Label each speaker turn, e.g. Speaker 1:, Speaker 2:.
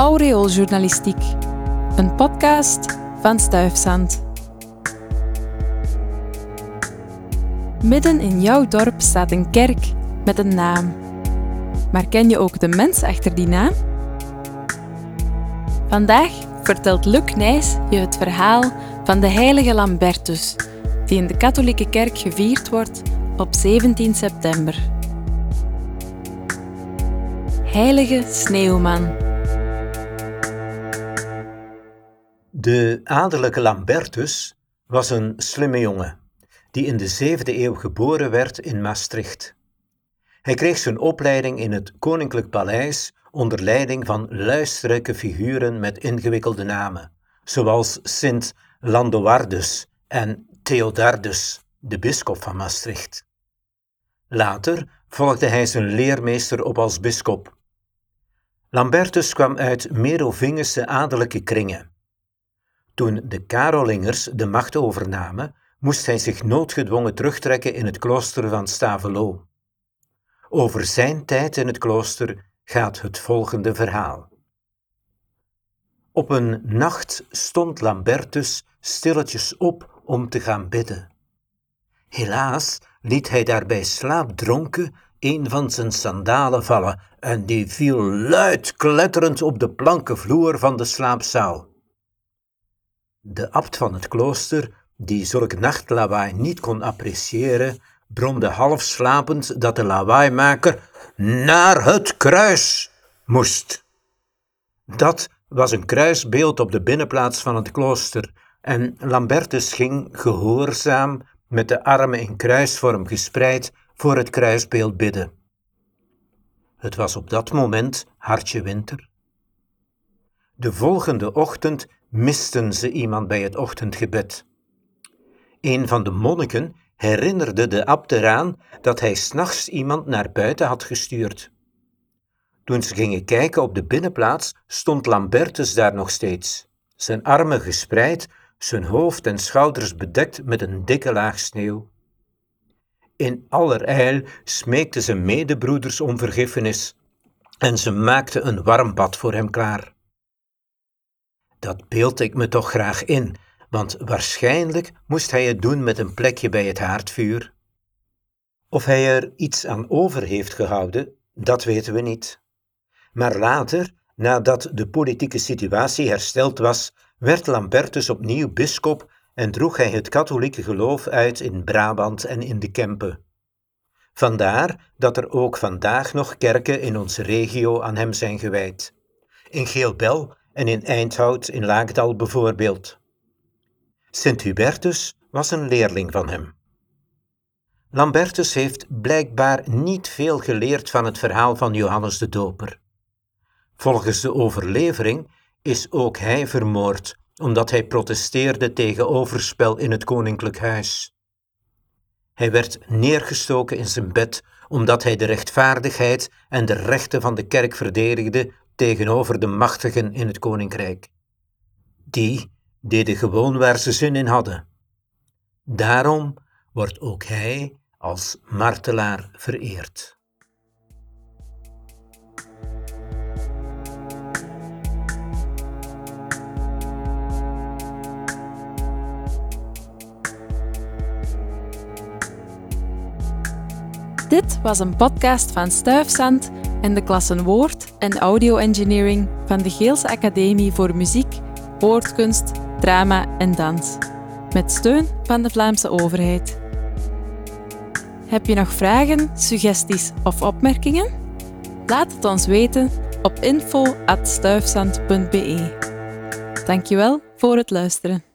Speaker 1: Aureooljournalistiek, een podcast van Stuifzand. Midden in jouw dorp staat een kerk met een naam. Maar ken je ook de mens achter die naam? Vandaag vertelt Luc Nijs je het verhaal van de heilige Lambertus, die in de katholieke kerk gevierd wordt op 17 september. Heilige Sneeuwman.
Speaker 2: De adellijke Lambertus was een slimme jongen, die in de 7e eeuw geboren werd in Maastricht. Hij kreeg zijn opleiding in het Koninklijk Paleis onder leiding van luisterrijke figuren met ingewikkelde namen, zoals Sint Landoardus en Theodardus, de bisschop van Maastricht. Later volgde hij zijn leermeester op als bisschop. Lambertus kwam uit Merovingische adellijke kringen. Toen de Karolingers de macht overnamen, moest hij zich noodgedwongen terugtrekken in het klooster van Stavelot. Over zijn tijd in het klooster gaat het volgende verhaal. Op een nacht stond Lambertus stilletjes op om te gaan bidden. Helaas liet hij daarbij slaapdronken een van zijn sandalen vallen en die viel luid kletterend op de planken vloer van de slaapzaal. De abt van het klooster, die zulk nachtlawaai niet kon appreciëren, bromde half slapend dat de lawaaimaker naar het kruis moest. Dat was een kruisbeeld op de binnenplaats van het klooster en Lambertus ging gehoorzaam met de armen in kruisvorm gespreid voor het kruisbeeld bidden. Het was op dat moment hartje winter. De volgende ochtend misten ze iemand bij het ochtendgebed. Een van de monniken herinnerde de abt eraan dat hij 's nachts iemand naar buiten had gestuurd. Toen ze gingen kijken op de binnenplaats, stond Lambertus daar nog steeds, zijn armen gespreid, zijn hoofd en schouders bedekt met een dikke laag sneeuw. In allerijl smeekten zijn medebroeders om vergiffenis en ze maakten een warm bad voor hem klaar. Dat beeld ik me toch graag in, want waarschijnlijk moest hij het doen met een plekje bij het haardvuur. Of hij er iets aan over heeft gehouden, dat weten we niet. Maar later, nadat de politieke situatie hersteld was, werd Lambertus opnieuw bisschop en droeg hij het katholieke geloof uit in Brabant en in de Kempen. Vandaar dat er ook vandaag nog kerken in onze regio aan hem zijn gewijd. In Geelbel en in Eindhout in Laagdal bijvoorbeeld. Sint Hubertus was een leerling van hem. Lambertus heeft blijkbaar niet veel geleerd van het verhaal van Johannes de Doper. Volgens de overlevering is ook hij vermoord, omdat hij protesteerde tegen overspel in het koninklijk huis. Hij werd neergestoken in zijn bed, omdat hij de rechtvaardigheid en de rechten van de kerk verdedigde tegenover de machtigen in het koninkrijk. Die deden gewoon waar ze zin in hadden. Daarom wordt ook hij als martelaar vereerd.
Speaker 1: Dit was een podcast van Stuifzand en de klassen Woord en Audio Engineering van de Geelse Academie voor Muziek, Woordkunst, Drama en Dans, met steun van de Vlaamse overheid. Heb je nog vragen, suggesties of opmerkingen? Laat het ons weten op info@stuifzand.be. Dankjewel voor het luisteren.